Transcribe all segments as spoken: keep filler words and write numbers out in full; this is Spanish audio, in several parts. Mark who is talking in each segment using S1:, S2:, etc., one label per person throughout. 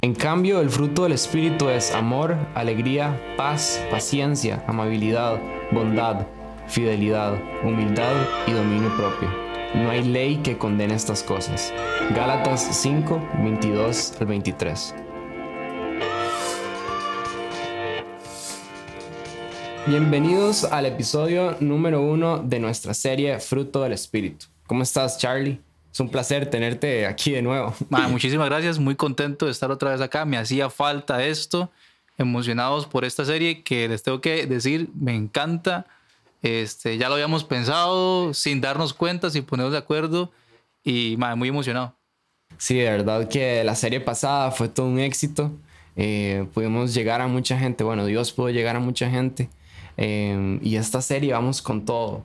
S1: En cambio, el fruto del Espíritu es amor, alegría, paz, paciencia, amabilidad, bondad, fidelidad, humildad y dominio propio. No hay ley que condene estas cosas. Gálatas cinco, veintidós al veintitrés. Bienvenidos al episodio número uno de nuestra serie Fruto del Espíritu. ¿Cómo estás, Charlie? Es un placer tenerte aquí de nuevo.
S2: Ma, muchísimas gracias, muy contento de estar otra vez acá. Me hacía falta esto, emocionados por esta serie que les tengo que decir, me encanta. Este, ya lo habíamos pensado sin darnos cuenta, sin ponernos de acuerdo y ma, muy emocionado.
S1: Sí, de verdad que la serie pasada fue todo un éxito. Eh, pudimos llegar a mucha gente, bueno, Dios pudo llegar a mucha gente. Eh, y esta serie vamos con todo.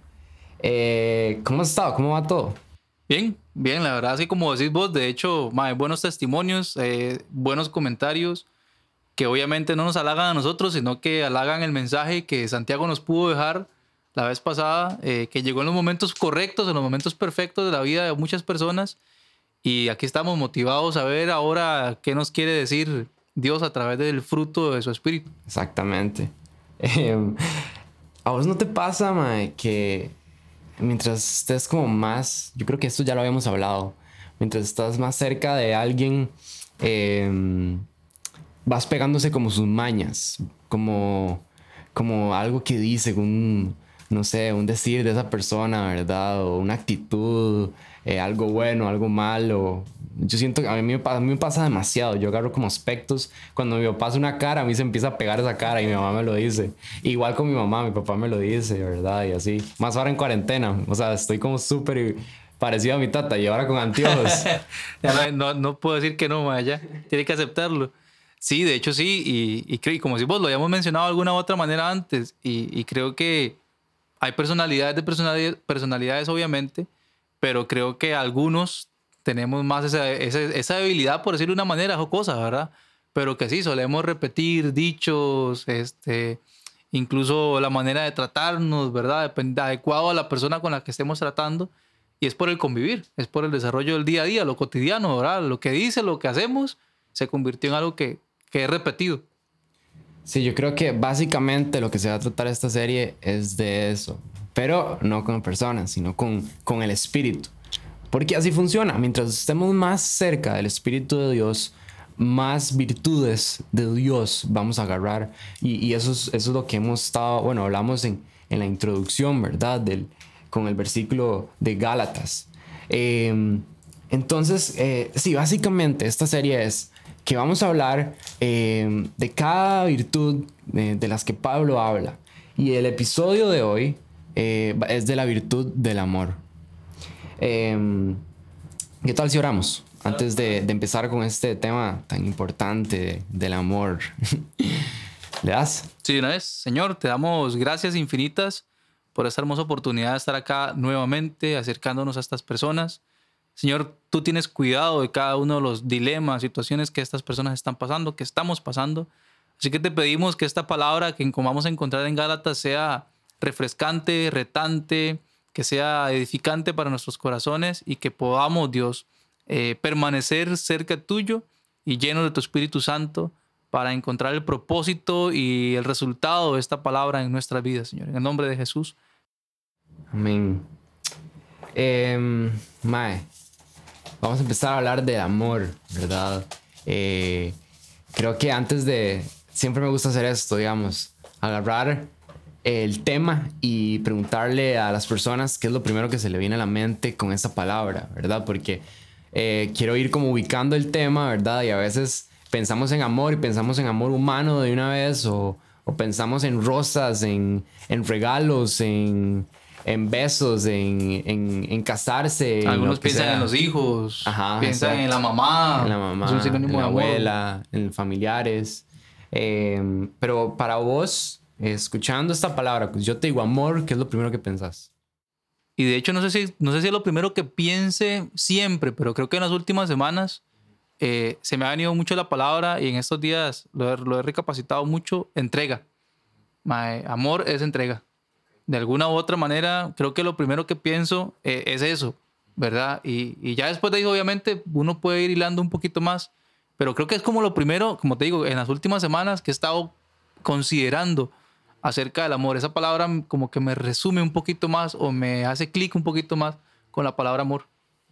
S1: Eh, ¿Cómo has estado? ¿Cómo va todo?
S2: Bien, bien, la verdad, así como decís vos, de hecho, ma, buenos testimonios, eh, buenos comentarios, que obviamente no nos halagan a nosotros, sino que halagan el mensaje que Santiago nos pudo dejar la vez pasada, eh, que llegó en los momentos correctos, en los momentos perfectos de la vida de muchas personas. Y aquí estamos motivados a ver ahora qué nos quiere decir Dios a través del fruto de su espíritu.
S1: Exactamente. Eh, ¿A vos no te pasa, mae, que mientras estés como más, yo creo que esto ya lo habíamos hablado, mientras estás más cerca de alguien, eh, vas pegándose como sus mañas, como, como algo que dice, un, no sé, un decir de esa persona, ¿verdad? O una actitud, eh, algo bueno, algo malo. Yo siento que a mí, me pasa, a mí me pasa demasiado. Yo agarro como aspectos. Cuando mi papá hace una cara, a mí se empieza a pegar esa cara y mi mamá me lo dice. Igual con mi mamá, mi papá me lo dice, ¿verdad? Y así. Más ahora en cuarentena. O sea, estoy como súper parecido a mi tata y ahora con anteojos.
S2: no, no, no puedo decir que no, ma, ya. Tiene que aceptarlo. Sí, de hecho sí. Y, y, creo, y como si vos lo habíamos mencionado de alguna u otra manera antes. Y, y creo que hay personalidades de personalidades, personalidades, obviamente. Pero creo que algunos tenemos más esa, esa, esa debilidad, por decirlo de una manera jocosa, ¿verdad? Pero que sí, solemos repetir dichos, este, incluso la manera de tratarnos, ¿verdad? Depende, adecuado a la persona con la que estemos tratando. Y es por el convivir, es por el desarrollo del día a día, lo cotidiano, ¿verdad? Lo que dice, lo que hacemos, se convirtió en algo que, que es repetido.
S1: Sí, yo creo que básicamente lo que se va a tratar esta serie es de eso. Pero no con personas, sino con, con el espíritu. Porque así funciona. Mientras estemos más cerca del Espíritu de Dios, más virtudes de Dios vamos a agarrar. Y, y eso, es, eso es lo que hemos estado, bueno, hablamos en, en la introducción, ¿verdad? Del, con el versículo de Gálatas. Eh, entonces, eh, sí, básicamente esta serie es que vamos a hablar eh, de cada virtud de, de las que Pablo habla. Y el episodio de hoy eh, es de la virtud del amor. Eh, ¿Qué tal si oramos? Antes de, de empezar con este tema tan importante de, del amor. ¿Le das?
S2: Sí, una vez. Señor, te damos gracias infinitas por esta hermosa oportunidad de estar acá nuevamente, acercándonos a estas personas. Señor, tú tienes cuidado de cada uno de los dilemas, situaciones que estas personas están pasando, que estamos pasando. Así que te pedimos que esta palabra que vamos a encontrar en Gálatas sea refrescante, retante, que sea edificante para nuestros corazones y que podamos, Dios, eh, permanecer cerca tuyo y llenos de tu Espíritu Santo para encontrar el propósito y el resultado de esta palabra en nuestras vidas, Señor. En el nombre de Jesús.
S1: Amén. Eh, mae, vamos a empezar a hablar de amor, ¿verdad? Eh, creo que antes de... Siempre me gusta hacer esto, digamos, agarrar el tema y preguntarle a las personas qué es lo primero que se le viene a la mente con esa palabra, ¿verdad? Porque eh, quiero ir como ubicando el tema, ¿verdad? Y a veces pensamos en amor y pensamos en amor humano de una vez o, o pensamos en rosas, en, en regalos, en, en besos, en, en, en casarse.
S2: Algunos
S1: en
S2: piensan
S1: sea.
S2: en los hijos,
S1: Ajá,
S2: piensan
S1: exacto.
S2: en la mamá,
S1: en la mamá,
S2: es un sinónimo
S1: en la
S2: de amor.
S1: abuela, en familiares. Eh, pero para vos, escuchando esta palabra, pues yo te digo amor, ¿qué es lo primero que pensás?
S2: Y de hecho no sé si, no sé si es lo primero que piense siempre, pero creo que en las últimas semanas eh, se me ha venido mucho la palabra y en estos días lo he, lo he recapacitado mucho, entrega. Mae, amor es entrega. De alguna u otra manera, creo que lo primero que pienso eh, es eso, ¿verdad? Y, y ya después de ahí, obviamente, uno puede ir hilando un poquito más, pero creo que es como lo primero, como te digo, en las últimas semanas que he estado considerando acerca del amor. Esa palabra como que me resume un poquito más o me hace clic un poquito más con la palabra amor.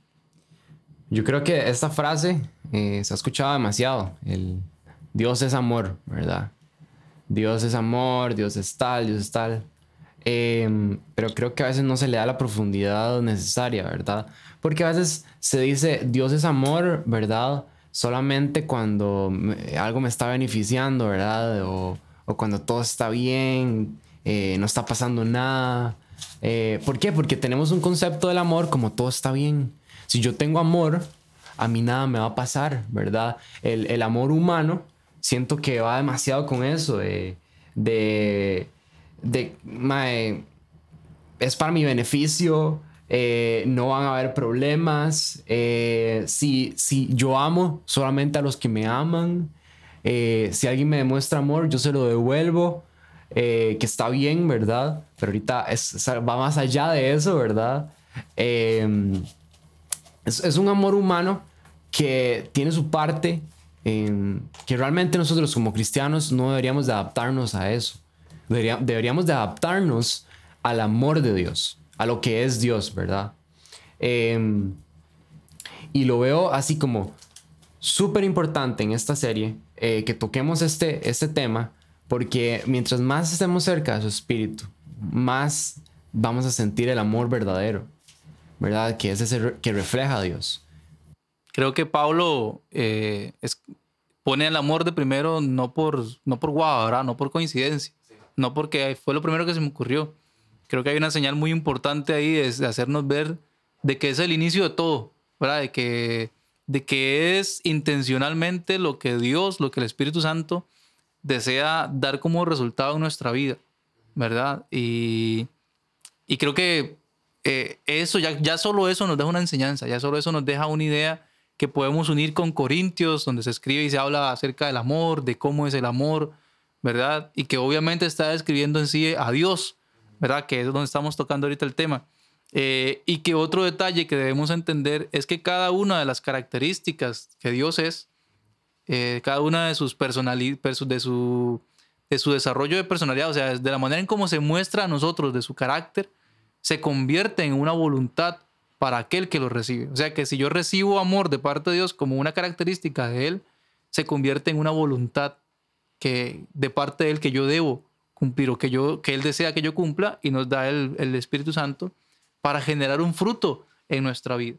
S1: Yo creo que esta frase eh, se ha escuchado demasiado. El Dios es amor, ¿verdad? Dios es amor, Dios es tal, Dios es tal. Eh, pero creo que a veces no se le da la profundidad necesaria, ¿verdad? Porque a veces se dice Dios es amor, ¿verdad? Solamente cuando me- algo me está beneficiando, ¿verdad? O, o cuando todo está bien, eh, no está pasando nada. Eh, ¿por qué? Porque tenemos un concepto del amor como todo está bien. Si yo tengo amor, a mí nada me va a pasar, ¿verdad? El, el amor humano, siento que va demasiado con eso, de, de, de mae, es para mi beneficio, eh, no van a haber problemas, eh, si, si yo amo solamente a los que me aman, eh, si alguien me demuestra amor, yo se lo devuelvo, eh, que está bien, ¿verdad? Pero ahorita es, es- va más allá de eso, ¿verdad? Eh, es, es un amor humano que tiene su parte, eh, que realmente nosotros como cristianos no deberíamos de adaptarnos a eso. Debería- deberíamos de adaptarnos al amor de Dios, a lo que es Dios, ¿verdad? Eh, y lo veo así como súper importante en esta serie, eh, que toquemos este, este tema, porque mientras más estemos cerca de su espíritu, más vamos a sentir el amor verdadero, ¿verdad? Que es ese re- que refleja a Dios.
S2: Creo que Pablo eh, es- pone el amor de primero no por, no por guau, ¿verdad? No por coincidencia, no porque fue lo primero que se me ocurrió. Creo que hay una señal muy importante ahí de, de hacernos ver de que es el inicio de todo, ¿verdad? De que, de que es intencionalmente lo que Dios, lo que el Espíritu Santo desea dar como resultado en nuestra vida, ¿verdad? Y, y creo que eh, eso, ya, ya solo eso nos deja una enseñanza, ya solo eso nos deja una idea que podemos unir con Corintios, donde se escribe y se habla acerca del amor, de cómo es el amor, ¿verdad? Y que obviamente está describiendo en sí a Dios, ¿verdad? Que es donde estamos tocando ahorita el tema. Eh, y que otro detalle que debemos entender es que cada una de las características que Dios es, eh, cada una de sus personalidades, de su, de su desarrollo de personalidad, o sea, de la manera en cómo se muestra a nosotros, de su carácter, se convierte en una voluntad para aquel que lo recibe. O sea, que si yo recibo amor de parte de Dios como una característica de Él, se convierte en una voluntad que de parte de Él que yo debo cumplir o que, yo, que Él desea que yo cumpla y nos da el, el Espíritu Santo para generar un fruto en nuestra vida.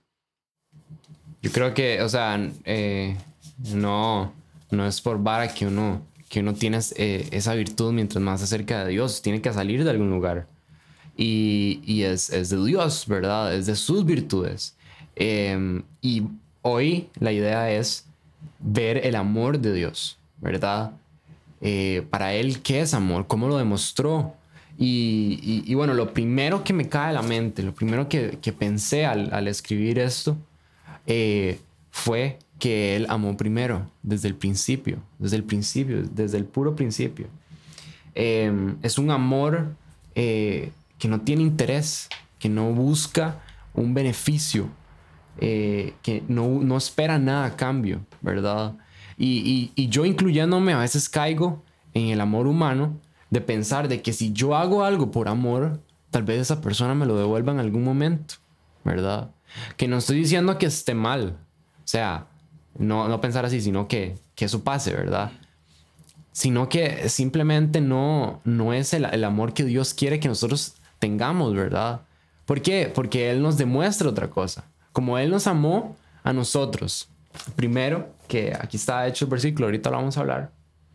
S1: Yo creo que, o sea, eh, no, no es por vara que uno, que uno tiene eh, esa virtud mientras más se acerca de Dios. Tiene que salir de algún lugar. Y, y es, es de Dios, ¿verdad? Es de sus virtudes. Eh, y hoy la idea es ver el amor de Dios, ¿verdad? Eh, para Él, ¿qué es amor? ¿Cómo lo demostró? Y, y, y bueno, lo primero que me cae a la mente, lo primero que, que pensé al, al escribir esto, eh, fue que Él amó primero, desde el principio, desde el principio, desde el puro principio. Eh, es un amor eh, que no tiene interés, que no busca un beneficio, eh, que no, no espera nada a cambio, ¿verdad? Y, y, y yo incluyéndome a veces caigo en el amor humano de pensar de que si yo hago algo por amor, tal vez esa persona me lo devuelva en algún momento, ¿verdad? Que no estoy diciendo que esté mal, o sea, no, no pensar así, sino que, que eso pase, ¿verdad? Sino que simplemente no, no es el, el amor que Dios quiere que nosotros tengamos, ¿verdad? ¿Por qué? Porque Él nos demuestra otra cosa. Como Él nos amó a nosotros. Primero, que aquí está hecho el versículo, ahorita lo vamos a hablar.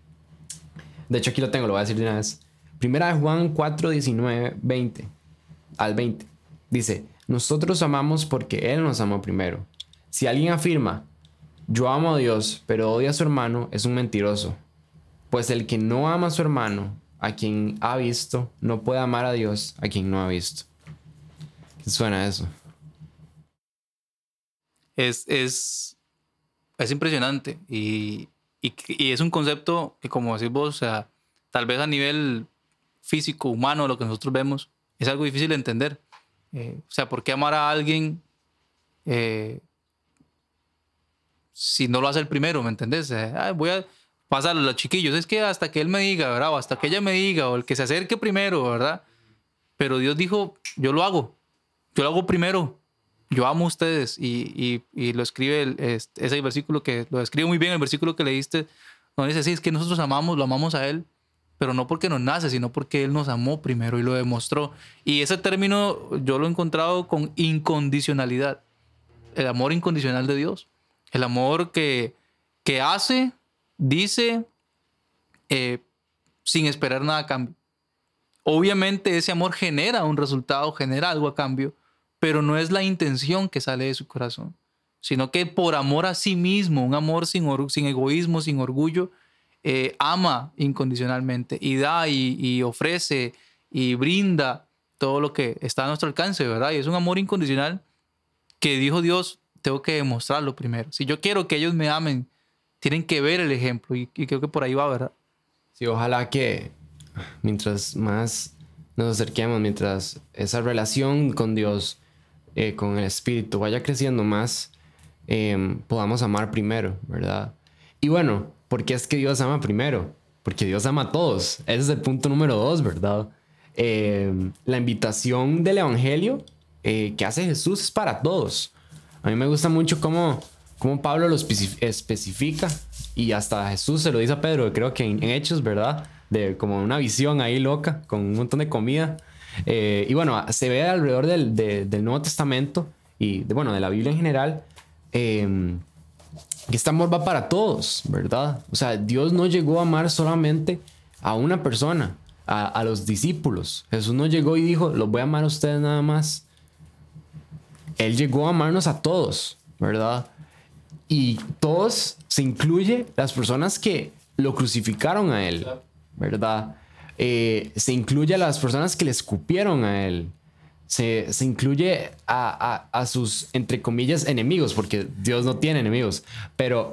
S1: De hecho, aquí lo tengo, lo voy a decir de una vez. Primera de Juan cuatro, diecinueve, veinte al veinte. Dice, nosotros amamos porque Él nos amó primero. Si alguien afirma, yo amo a Dios, pero odia a su hermano, es un mentiroso. Pues el que no ama a su hermano, a quien ha visto, no puede amar a Dios, a quien no ha visto. ¿Qué suena eso?
S2: Es, es, es impresionante y, y, y es un concepto que, como decís vos, o sea, tal vez a nivel físico, humano, lo que nosotros vemos, es algo difícil de entender. Eh, o sea, ¿por qué amar a alguien eh, si no lo hace el primero, ¿me entendés? Eh, ay, voy a pasar a los chiquillos, es que hasta que él me diga, ¿verdad? O hasta que ella me diga, o el que se acerque primero, ¿verdad? Pero Dios dijo, yo lo hago, yo lo hago primero, yo amo a ustedes. Y, y, y lo escribe el, este, ese versículo que lo escribe muy bien, el versículo que leíste, donde dice, sí, es que nosotros amamos, lo amamos a Él, pero no porque nos nace, sino porque Él nos amó primero y lo demostró. Y ese término yo lo he encontrado con incondicionalidad, el amor incondicional de Dios, el amor que, que hace, dice, eh, sin esperar nada a cambio. Obviamente ese amor genera un resultado, genera algo a cambio, pero no es la intención que sale de su corazón, sino que por amor a sí mismo, un amor sin, or- sin egoísmo, sin orgullo, eh, ama incondicionalmente y da y, y ofrece y brinda todo lo que está a nuestro alcance, ¿verdad? Y es un amor incondicional que dijo Dios, tengo que demostrarlo primero. Si yo quiero que ellos me amen, tienen que ver el ejemplo y, y creo que por ahí va, ¿verdad?
S1: Sí, ojalá que mientras más nos acerquemos, mientras esa relación con Dios, eh, con el Espíritu vaya creciendo más, eh, podamos amar primero, ¿verdad? Y bueno, ¿por qué es que Dios ama primero? Porque Dios ama a todos. Ese es el punto número dos, ¿verdad? Eh, la invitación del Evangelio eh, que hace Jesús es para todos. A mí me gusta mucho cómo, cómo Pablo lo especi- especifica y hasta Jesús se lo dice a Pedro, creo que en, en Hechos, ¿verdad? De como una visión ahí loca con un montón de comida. Eh, y bueno, se ve alrededor del, de- del Nuevo Testamento y de, bueno, de la Biblia en general, eh, que este amor va para todos, ¿verdad? O sea, Dios no llegó a amar solamente a una persona, a, a los discípulos. Jesús no llegó y dijo, los voy a amar a ustedes nada más. Él llegó a amarnos a todos, ¿verdad? Y todos se incluye las personas que lo crucificaron a él, ¿verdad? Eh, se incluye a las personas que le escupieron a él. Se, se incluye a, a, a sus, entre comillas, enemigos, porque Dios no tiene enemigos. Pero,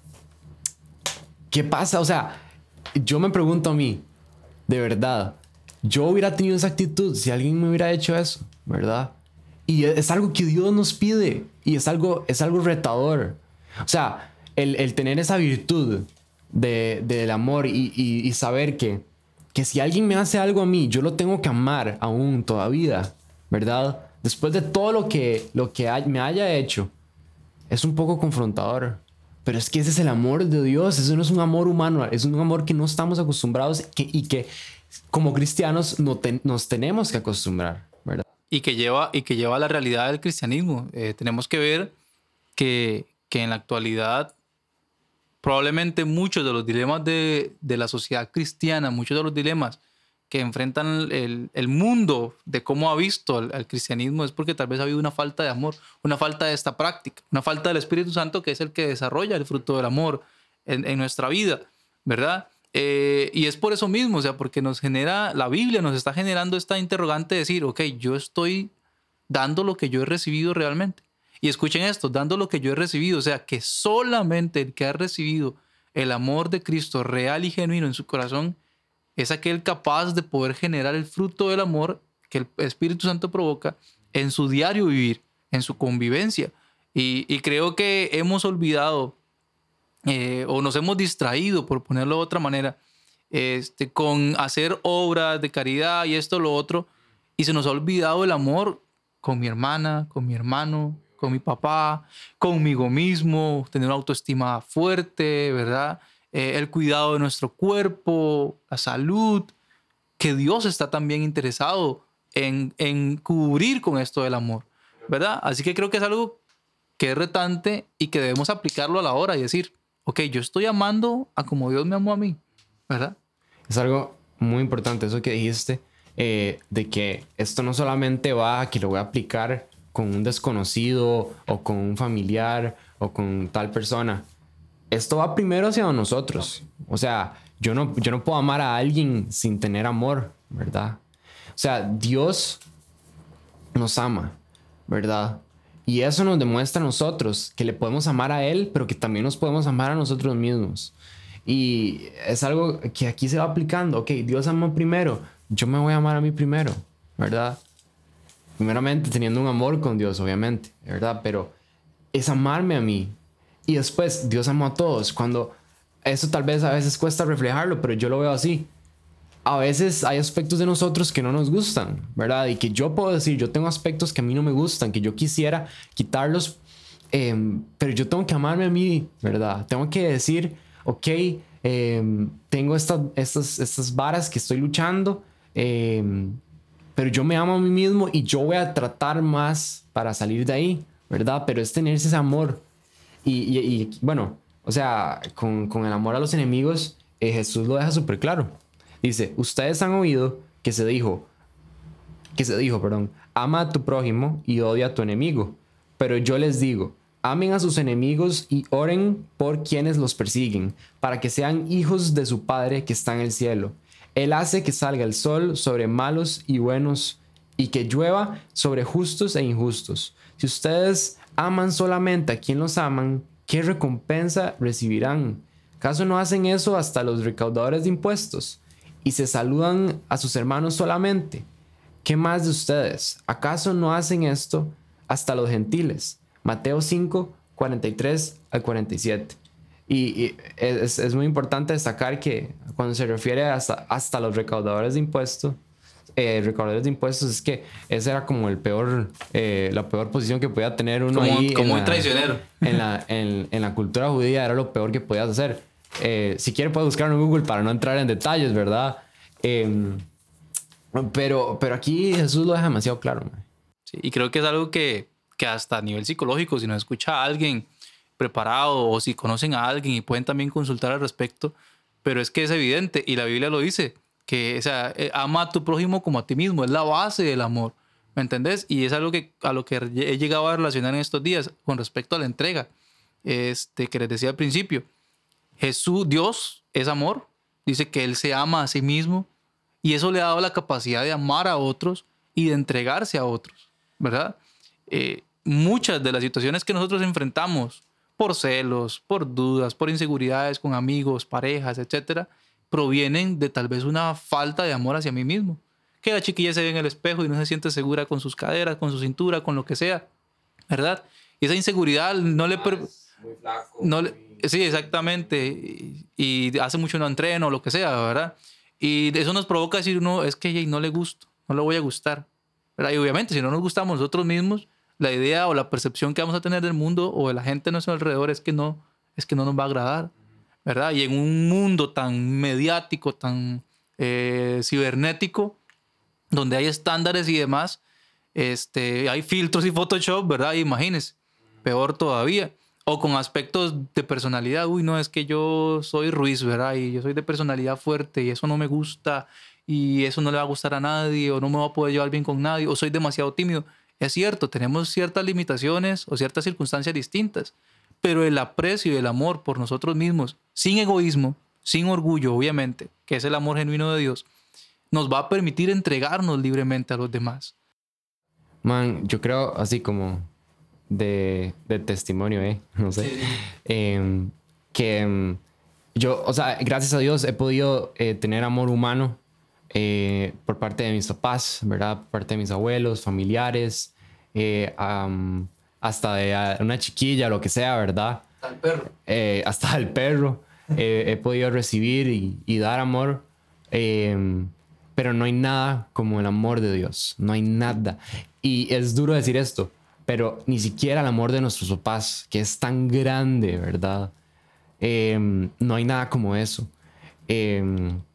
S1: ¿qué pasa? O sea, yo me pregunto a mí, de verdad, yo hubiera tenido esa actitud si alguien me hubiera hecho eso, ¿verdad? Y es algo que Dios nos pide y es algo, es algo retador. O sea, el, el tener esa virtud de, del amor y, y, y saber que, que si alguien me hace algo a mí, yo lo tengo que amar aún todavía, ¿verdad? Después de todo lo que, lo que hay, me haya hecho, es un poco confrontador. Pero es que ese es el amor de Dios, eso no es un amor humano, es un amor que no estamos acostumbrados que, y que como cristianos no te, nos tenemos que acostumbrar, ¿verdad?
S2: Y que lleva, y que lleva a la realidad del cristianismo. Eh, tenemos que ver que, que en la actualidad probablemente muchos de los dilemas de, de la sociedad cristiana, muchos de los dilemas que enfrentan el, el mundo de cómo ha visto al, al cristianismo es porque tal vez ha habido una falta de amor, una falta de esta práctica, una falta del Espíritu Santo que es el que desarrolla el fruto del amor en, en nuestra vida, ¿verdad? Eh, y es por eso mismo, o sea, porque nos genera, la Biblia nos está generando esta interrogante de decir, ok, yo estoy dando lo que yo he recibido realmente. Y escuchen esto, dando lo que yo he recibido, o sea, que solamente el que ha recibido el amor de Cristo real y genuino en su corazón es aquel capaz de poder generar el fruto del amor que el Espíritu Santo provoca en su diario vivir, en su convivencia. Y, y creo que hemos olvidado eh, o nos hemos distraído, por ponerlo de otra manera, este, con hacer obras de caridad y esto, lo otro, y se nos ha olvidado el amor con mi hermana, con mi hermano, con mi papá, conmigo mismo, tener una autoestima fuerte, ¿verdad? Eh, el cuidado de nuestro cuerpo, la salud, que Dios está también interesado en, en cubrir con esto del amor, ¿verdad? Así que creo que es algo que es retante y que debemos aplicarlo a la hora y decir, ok, yo estoy amando a como Dios me amó a mí, ¿verdad?
S1: Es algo muy importante eso que dijiste, eh, de que esto no solamente va a que lo voy a aplicar con un desconocido o con un familiar o con tal persona. Esto va primero hacia nosotros. O sea, yo no, yo no puedo amar a alguien sin tener amor, ¿verdad? O sea, Dios nos ama, ¿verdad? Y eso nos demuestra a nosotros que le podemos amar a Él, pero que también nos podemos amar a nosotros mismos. Y es algo que aquí se va aplicando. Ok, Dios ama primero, yo me voy a amar a mí primero, ¿verdad? Primeramente teniendo un amor con Dios, obviamente, ¿verdad? Pero es amarme a mí. Y después, Dios amó a todos. Cuando eso tal vez a veces cuesta reflejarlo, pero yo lo veo así. A veces hay aspectos de nosotros que no nos gustan, ¿verdad? Y que yo puedo decir, yo tengo aspectos que a mí no me gustan, que yo quisiera quitarlos, eh, pero yo tengo que amarme a mí, ¿verdad? Tengo que decir, ok, eh, tengo esta, estas, estas varas que estoy luchando, eh, pero yo me amo a mí mismo y yo voy a tratar más para salir de ahí, ¿verdad? Pero es tener ese amor. Y, y, y bueno, o sea, con, con el amor a los enemigos, eh, Jesús lo deja súper claro. Dice, ustedes han oído que se dijo, que se dijo, perdón, ama a tu prójimo y odia a tu enemigo. Pero yo les digo, amen a sus enemigos y oren por quienes los persiguen, para que sean hijos de su Padre que está en el cielo. Él hace que salga el sol sobre malos y buenos y que llueva sobre justos e injustos. Si ustedes aman solamente a quien los aman, ¿qué recompensa recibirán? ¿Acaso no hacen eso hasta los recaudadores de impuestos? Y se saludan a sus hermanos solamente. ¿Qué más de ustedes? ¿Acaso no hacen esto hasta los gentiles? Mateo cinco, cuarenta y tres al cuarenta y siete. Y, y es, es muy importante destacar que cuando se refiere hasta, hasta los recaudadores de impuestos, eh, recaudadores de impuestos, es que esa era como el peor, eh, la peor posición que podía tener uno
S2: como,
S1: ahí.
S2: Como
S1: en
S2: un traicionero.
S1: La, en, la, en, en la cultura judía era lo peor que podías hacer. Eh, si quiere puede buscarlo en Google para no entrar en detalles, ¿verdad? Eh, pero, pero aquí Jesús lo deja demasiado claro.
S2: Sí, y creo que es algo que, que hasta a nivel psicológico, si nos escucha a alguien preparado o si conocen a alguien y pueden también consultar al respecto, pero es que es evidente y la Biblia lo dice, que o sea, ama a tu prójimo como a ti mismo, es la base del amor, ¿me entendés? Y es algo que, a lo que he llegado a relacionar en estos días con respecto a la entrega, este, que les decía al principio. Jesús, Dios, es amor. Dice que Él se ama a sí mismo y eso le ha dado la capacidad de amar a otros y de entregarse a otros, ¿verdad? Eh, muchas de las situaciones que nosotros enfrentamos por celos, por dudas, por inseguridades con amigos, parejas, etcétera, provienen de tal vez una falta de amor hacia mí mismo. Que la chiquilla se ve en el espejo y no se siente segura con sus caderas, con su cintura, con lo que sea, ¿verdad? Y esa inseguridad no le... Per-
S3: muy flaco.
S2: no le
S3: muy...
S2: Sí, exactamente. Y, y hace mucho no entreno, lo que sea, ¿verdad? Y eso nos provoca decir, uno, es que hey, no le gusto, no le voy a gustar, ¿verdad? Y obviamente, si no nos gustamos nosotros mismos, la idea o la percepción que vamos a tener del mundo o de la gente a nuestro alrededor es que no, es que no nos va a agradar, ¿verdad? Y en un mundo tan mediático, tan eh, cibernético, donde hay estándares y demás, este, hay filtros y Photoshop, ¿verdad? Imagínense, peor todavía. O con aspectos de personalidad. Uy, no, es que yo soy Ruiz, ¿verdad? Y yo soy de personalidad fuerte y eso no me gusta y eso no le va a gustar a nadie o no me va a poder llevar bien con nadie o soy demasiado tímido. Es cierto, tenemos ciertas limitaciones o ciertas circunstancias distintas, pero el aprecio y el amor por nosotros mismos, sin egoísmo, sin orgullo, obviamente, que es el amor genuino de Dios, nos va a permitir entregarnos libremente a los demás.
S1: Man, yo creo así como... De, de testimonio, eh, no sé, sí, sí. Eh, que um, yo, o sea, gracias a Dios he podido eh, tener amor humano eh, por parte de mis papás, ¿verdad? Por parte de mis abuelos, familiares, eh, um, hasta de uh, una chiquilla, lo que sea, ¿verdad?
S3: Hasta el perro.
S1: Eh, hasta el perro eh, he podido recibir y, y dar amor, eh, pero no hay nada como el amor de Dios, no hay nada. Y es duro decir esto, pero ni siquiera el amor de nuestros papás, que es tan grande, ¿verdad? Eh, no hay nada como eso. Eh,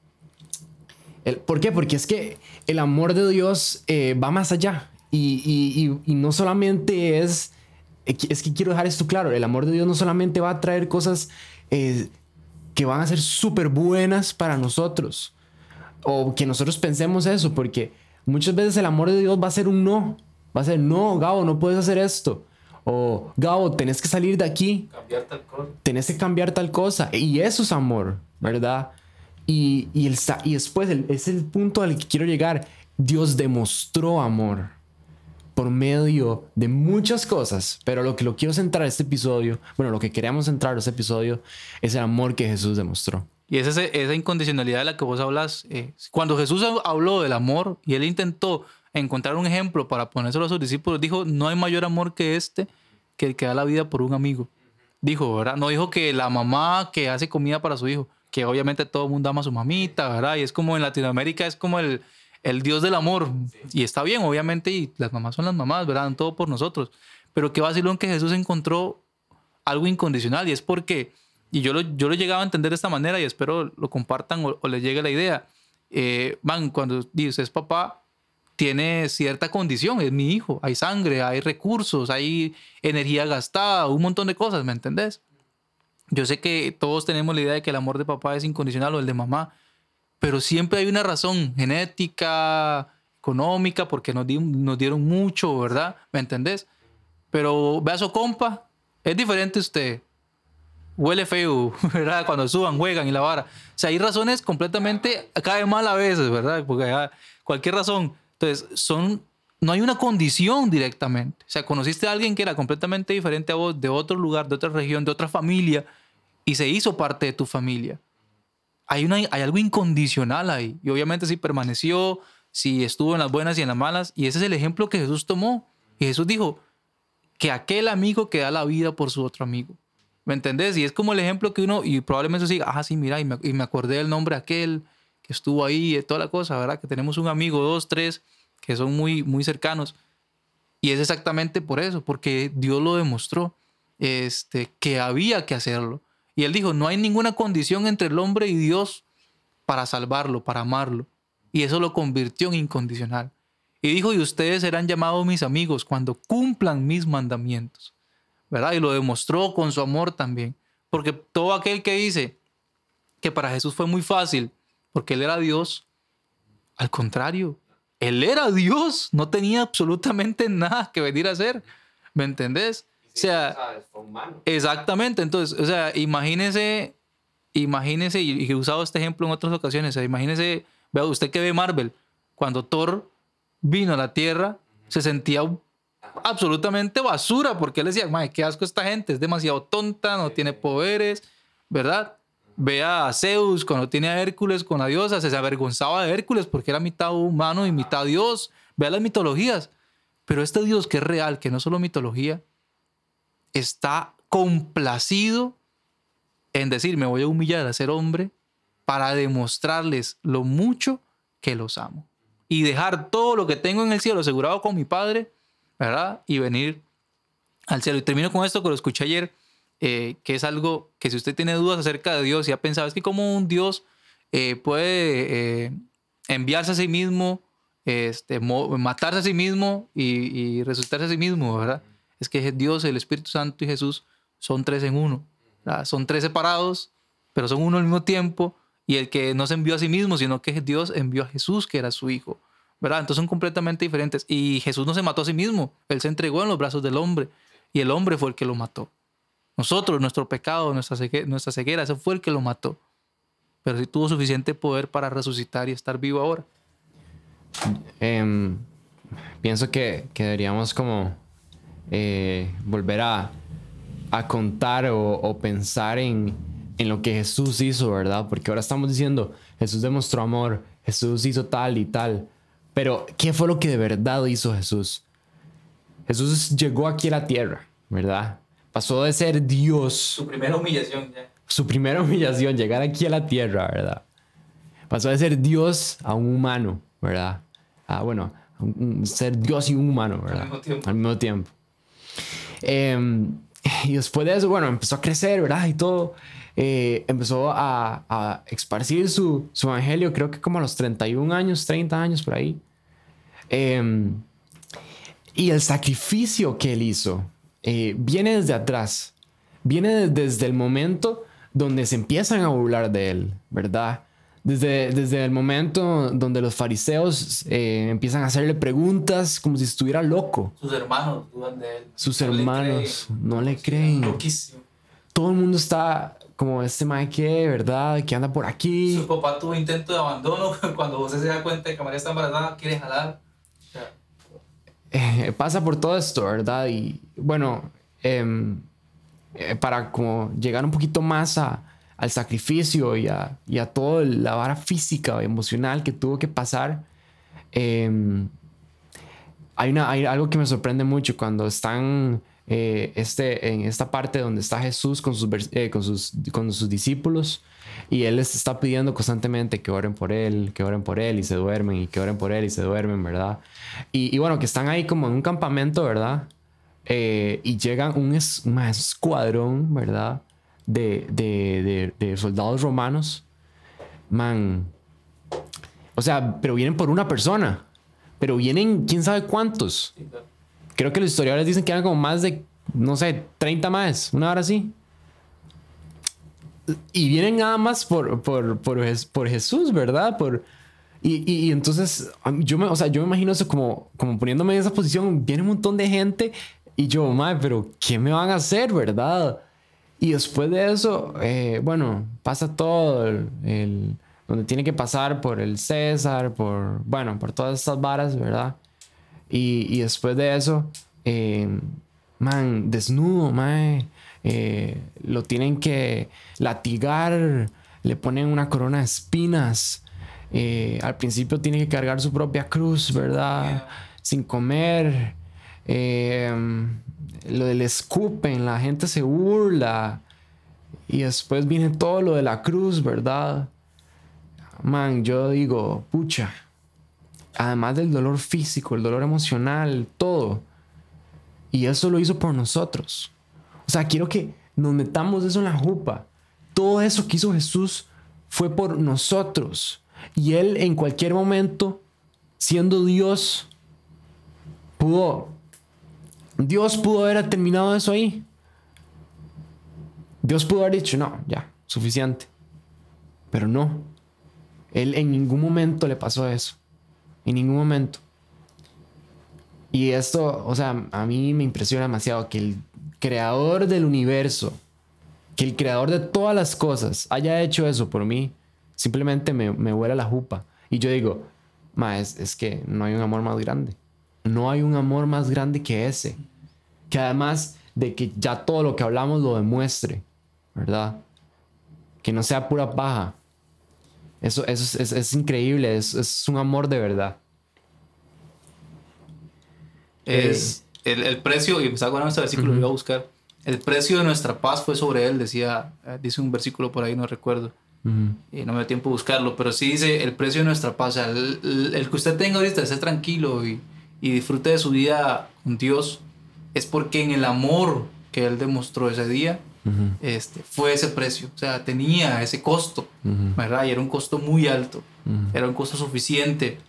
S1: el, ¿Por qué? Porque es que el amor de Dios eh, va más allá. Y, y, y, y no solamente es... Es que quiero dejar esto claro. El amor de Dios no solamente va a traer cosas eh, que van a ser súper buenas para nosotros. O que nosotros pensemos eso. Porque muchas veces el amor de Dios va a ser un no. Va a ser, no, Gabo, no puedes hacer esto. O, Gabo, tenés que salir de aquí.
S3: Cambiar tal cosa.
S1: Tenés que cambiar tal cosa. Y eso es amor, ¿verdad? Y, y, el, y después el, es el punto al que quiero llegar. Dios demostró amor por medio de muchas cosas. Pero lo que lo quiero centrar este episodio, bueno, lo que queremos centrar este episodio es el amor que Jesús demostró.
S2: Y es esa, esa incondicionalidad de la que vos hablas. Eh, cuando Jesús habló del amor y él intentó encontrar un ejemplo para ponérselo a sus discípulos, dijo, no hay mayor amor que este, que el que da la vida por un amigo. dijo, ¿verdad? No dijo que la mamá que hace comida para su hijo, que obviamente todo el mundo ama a su mamita, ¿verdad? Y es como en Latinoamérica, es como el, el Dios del amor. Y está bien, obviamente, y las mamás son las mamás, ¿verdad? Dan todo por nosotros. Pero qué vacilón que Jesús encontró algo incondicional, y es porque, y yo lo, yo lo llegaba a entender de esta manera, y espero lo compartan o, o les llegue la idea. Eh, man, cuando dices es papá, tiene cierta condición, es mi hijo, hay sangre, hay recursos, hay energía gastada, un montón de cosas, ¿me entendés? Yo sé que todos tenemos la idea de que el amor de papá es incondicional o el de mamá, pero siempre hay una razón genética, económica, porque nos, di, nos dieron mucho, ¿verdad? ¿Me entendés? Pero ve a su compa, es diferente usted, huele feo, ¿verdad? Cuando suban, juegan y la vara. O sea, hay razones completamente, cae mal a veces, ¿verdad? Porque ah, cualquier razón. Entonces, son, no hay una condición directamente. O sea, conociste a alguien que era completamente diferente a vos, de otro lugar, de otra región, de otra familia, y se hizo parte de tu familia. Hay, una, hay algo incondicional ahí. Y obviamente si permaneció, si estuvo en las buenas y en las malas. Y ese es el ejemplo que Jesús tomó. Y Jesús dijo que aquel amigo que da la vida por su otro amigo. ¿Me entendés? Y es como el ejemplo que uno, y probablemente se diga, ah, sí, mira, y me, y me acordé del nombre de aquel que estuvo ahí, y toda la cosa, ¿verdad? Que tenemos un amigo, dos, tres, que son muy, muy cercanos. Y es exactamente por eso, porque Dios lo demostró, este, que había que hacerlo. Y él dijo, no hay ninguna condición entre el hombre y Dios para salvarlo, para amarlo. Y eso lo convirtió en incondicional. Y dijo, y ustedes serán llamados mis amigos cuando cumplan mis mandamientos, ¿verdad? Y lo demostró con su amor también. Porque todo aquel que dice que para Jesús fue muy fácil, porque él era Dios, al contrario, él era Dios, no tenía absolutamente nada que venir a hacer, ¿me entendés? O sea, exactamente, entonces, o sea, imagínese, imagínese, y he usado este ejemplo en otras ocasiones, o sea, imagínese, vea, usted que ve Marvel, cuando Thor vino a la Tierra, se sentía absolutamente basura, porque él decía, madre, qué asco esta gente, es demasiado tonta, no tiene poderes, ¿verdad? Ve a Zeus cuando tiene a Hércules con la diosa, se avergonzaba de Hércules porque era mitad humano y mitad dios. Ve a las mitologías. Pero este Dios que es real, que no es solo mitología, está complacido en decir, me voy a humillar a ser hombre para demostrarles lo mucho que los amo. Y dejar todo lo que tengo en el cielo asegurado con mi Padre, ¿verdad? Y venir al cielo. Y termino con esto que lo escuché ayer, eh, que es algo que si usted tiene dudas acerca de Dios y ha pensado, es que cómo un Dios eh, puede eh, enviarse a sí mismo, este, matarse a sí mismo y, y resucitarse a sí mismo, ¿verdad? Es que Dios, el Espíritu Santo y Jesús son tres en uno, ¿verdad? Son tres separados, pero son uno al mismo tiempo. Y el que no se envió a sí mismo, sino que Dios envió a Jesús, que era su hijo, ¿verdad? Entonces son completamente diferentes. Y Jesús no se mató a sí mismo. Él se entregó en los brazos del hombre. Y el hombre fue el que lo mató. Nosotros, nuestro pecado, nuestra ceguera, nuestra ceguera, ese fue el que lo mató. Pero sí tuvo suficiente poder para resucitar y estar vivo ahora.
S1: Eh, pienso que, que deberíamos como eh, volver a, a contar o, o pensar en, en lo que Jesús hizo, ¿verdad? Porque ahora estamos diciendo, Jesús demostró amor, Jesús hizo tal y tal. Pero, ¿qué fue lo que de verdad hizo Jesús? Jesús llegó aquí a la tierra, ¿verdad? Pasó de ser Dios.
S2: Su primera humillación ya.
S1: Su primera humillación, llegar aquí a la tierra, ¿verdad? Pasó de ser Dios a un humano, ¿verdad? Ah, bueno, un, un ser Dios y un humano, ¿verdad?
S2: Al mismo tiempo.
S1: Al mismo tiempo. Eh, y después de eso, bueno, empezó a crecer, ¿verdad? Y todo. Eh, empezó a, a esparcir su, su evangelio, creo que como a los treinta y un años, treinta años por ahí. Eh, y el sacrificio que él hizo eh, viene desde atrás. Viene desde el momento donde se empiezan a burlar de él, ¿verdad? Desde, desde el momento donde los fariseos eh, empiezan a hacerle preguntas como si estuviera loco.
S2: Sus hermanos dudan de él.
S1: Sus
S2: no
S1: hermanos
S2: le
S1: no le creen.
S2: Loquísimo.
S1: Todo el mundo está como, este mae que, ¿verdad? Que anda por aquí.
S2: Su papá tuvo intento de abandono. Cuando José se da cuenta de que María está embarazada, quiere jalar. O sea,
S1: Eh, pasa por todo esto, ¿verdad? Y bueno, eh, eh, para como llegar un poquito más a, al sacrificio y a, y a toda la vara física o emocional que tuvo que pasar, eh, hay, una, hay algo que me sorprende mucho cuando están eh, este, en esta parte donde está Jesús con sus, eh, con, sus, con sus discípulos y Él les está pidiendo constantemente que oren por Él, que oren por Él y se duermen, y que oren por Él y se duermen, ¿verdad? Y, y bueno, que están ahí como en un campamento, ¿verdad? Eh, y llegan un, es, un escuadrón, ¿verdad? De, de, de, de soldados romanos. Man. O sea, pero vienen por una persona. Pero vienen quién sabe cuántos. Creo que los historiadores dicen que eran como más de, no sé, treinta más. Una hora así. Y vienen nada más por, por, por, por Jesús, ¿verdad? Por... Y, y, y entonces, yo me, o sea, yo me imagino eso como, como poniéndome en esa posición. Viene un montón de gente y yo, madre, pero ¿qué me van a hacer, verdad? Y después de eso, eh, bueno, pasa todo el, el... donde tiene que pasar por el César, por, bueno, por todas estas varas, ¿verdad? Y, y después de eso, eh, man, desnudo, man, eh, lo tienen que latigar, le ponen una corona de espinas. Eh, al principio tiene que cargar su propia cruz, ¿verdad? Yeah. Sin comer. Eh, lo del escupen, la gente se burla. Y después viene todo lo de la cruz, ¿verdad? Man, yo digo, pucha. Además del dolor físico, el dolor emocional, todo. Y eso lo hizo por nosotros. O sea, quiero que nos metamos eso en la jupa. Todo eso que hizo Jesús fue por nosotros. Y Él en cualquier momento, siendo Dios, pudo... Dios pudo haber terminado eso ahí. Dios pudo haber dicho, no, ya, suficiente. Pero no. Él en ningún momento le pasó eso. En ningún momento. Y esto, o sea, a mí me impresiona demasiado que el creador del universo, que el creador de todas las cosas haya hecho eso por mí, simplemente me, me vuela la jupa. Y yo digo, ma, es, es que no hay un amor más grande. No hay un amor más grande que ese. Que además de que ya todo lo que hablamos lo demuestre, ¿verdad? Que no sea pura paja. Eso, eso es, es, es increíble. Es, es un amor de verdad.
S2: Es eh, el, el precio, y me estaba acordando de este versículo, uh-huh. Lo iba a buscar. El precio de nuestra paz fue sobre él, decía, dice un versículo por ahí, no recuerdo. Uh-huh. Y no me da tiempo de buscarlo, pero sí dice el precio de nuestra paz. O sea, el, el, el que usted tenga ahorita, esté tranquilo y, y disfrute de su vida con Dios, es porque en el amor que él demostró ese día, uh-huh. este, fue ese precio. O sea, tenía ese costo, uh-huh. ¿verdad? Y era un costo muy alto, uh-huh. era un costo suficiente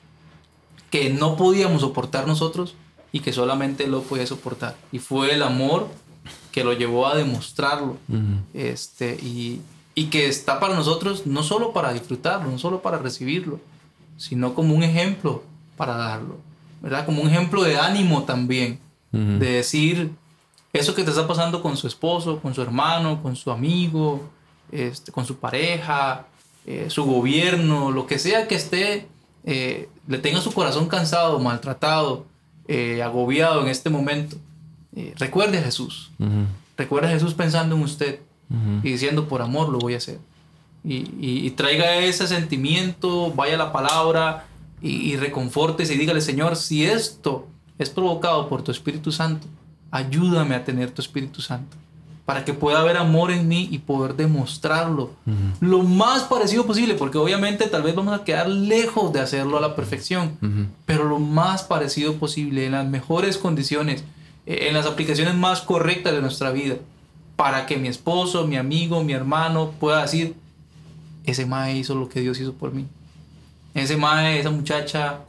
S2: que no podíamos soportar nosotros y que solamente él lo podía soportar. Y fue el amor que lo llevó a demostrarlo. Uh-huh. Este, y, y que está para nosotros no solo para disfrutarlo, no solo para recibirlo, sino como un ejemplo para darlo, ¿verdad? Como un ejemplo de ánimo también. Uh-huh. De decir, eso que te está pasando con su esposo, con su hermano, con su amigo, este, con su pareja, eh, su gobierno, lo que sea que esté, eh, le tenga su corazón cansado, maltratado, eh, agobiado en este momento, eh, recuerde a Jesús. Uh-huh. Recuerde a Jesús pensando en usted, uh-huh. y diciendo, por amor lo voy a hacer. Y, y, y traiga ese sentimiento, vaya a la palabra y, y reconfórtese y dígale, Señor, si esto es provocado por tu Espíritu Santo, ayúdame a tener tu Espíritu Santo para que pueda haber amor en mí y poder demostrarlo uh-huh. lo más parecido posible, porque obviamente tal vez vamos a quedar lejos de hacerlo a la perfección, uh-huh. pero lo más parecido posible, en las mejores condiciones, en las aplicaciones más correctas de nuestra vida, para que mi esposo, mi amigo, mi hermano pueda decir, ese mae hizo lo que Dios hizo por mí, ese mae, esa muchacha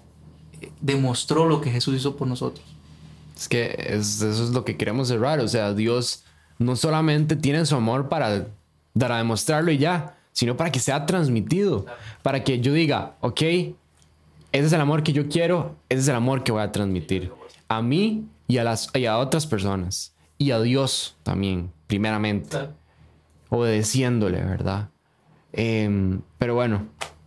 S2: demostró lo que Jesús hizo por nosotros.
S1: Es que es, eso es lo que queremos cerrar. O sea, Dios no solamente tiene su amor para dar a demostrarlo y ya, sino para que sea transmitido. Claro. Para que yo diga, ok, ese es el amor que yo quiero, ese es el amor que voy a transmitir. A mí y a, las, y a otras personas. Y a Dios también, primeramente. Claro. Obedeciéndole, ¿verdad? Eh, pero bueno,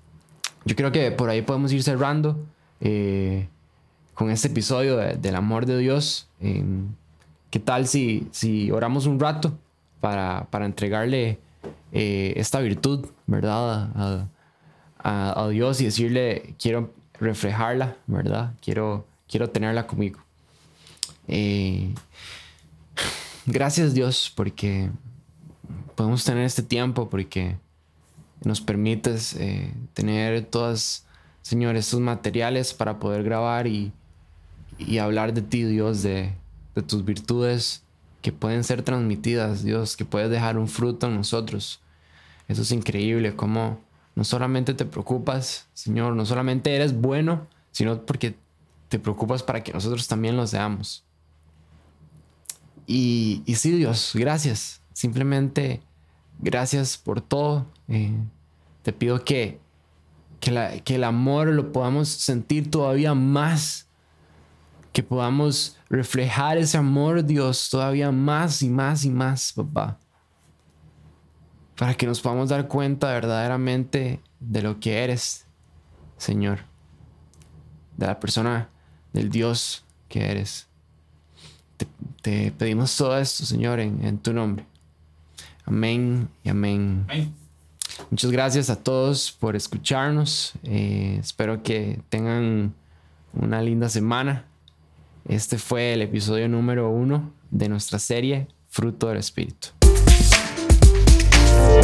S1: yo creo que por ahí podemos ir cerrando. Eh, con este episodio de, del amor de Dios. Eh, ¿Qué tal si, si oramos un rato para, para entregarle eh, esta virtud, ¿verdad? A, a, a Dios y decirle, quiero reflejarla, ¿verdad? Quiero, quiero tenerla conmigo. Eh, Gracias, Dios, porque podemos tener este tiempo, porque nos permites eh, tener todas, Señor, estos materiales para poder grabar y, y hablar de ti, Dios, de, de tus virtudes que pueden ser transmitidas, Dios, que puedes dejar un fruto en nosotros. Eso es increíble, cómo no solamente te preocupas, Señor, no solamente eres bueno, sino porque te preocupas para que nosotros también lo seamos. Y, y sí, Dios, gracias. Simplemente gracias por todo. Eh, te pido que, que, la, que el amor lo podamos sentir todavía más. Que podamos reflejar ese amor, Dios, todavía más y más y más, papá. Para que nos podamos dar cuenta verdaderamente de lo que eres, Señor. De la persona, del Dios que eres. Te, te pedimos todo esto, Señor, en, en tu nombre. Amén y amén. Amén. Muchas gracias a todos por escucharnos. Eh, espero que tengan una linda semana. Este fue el episodio número uno de nuestra serie Fruto del Espíritu.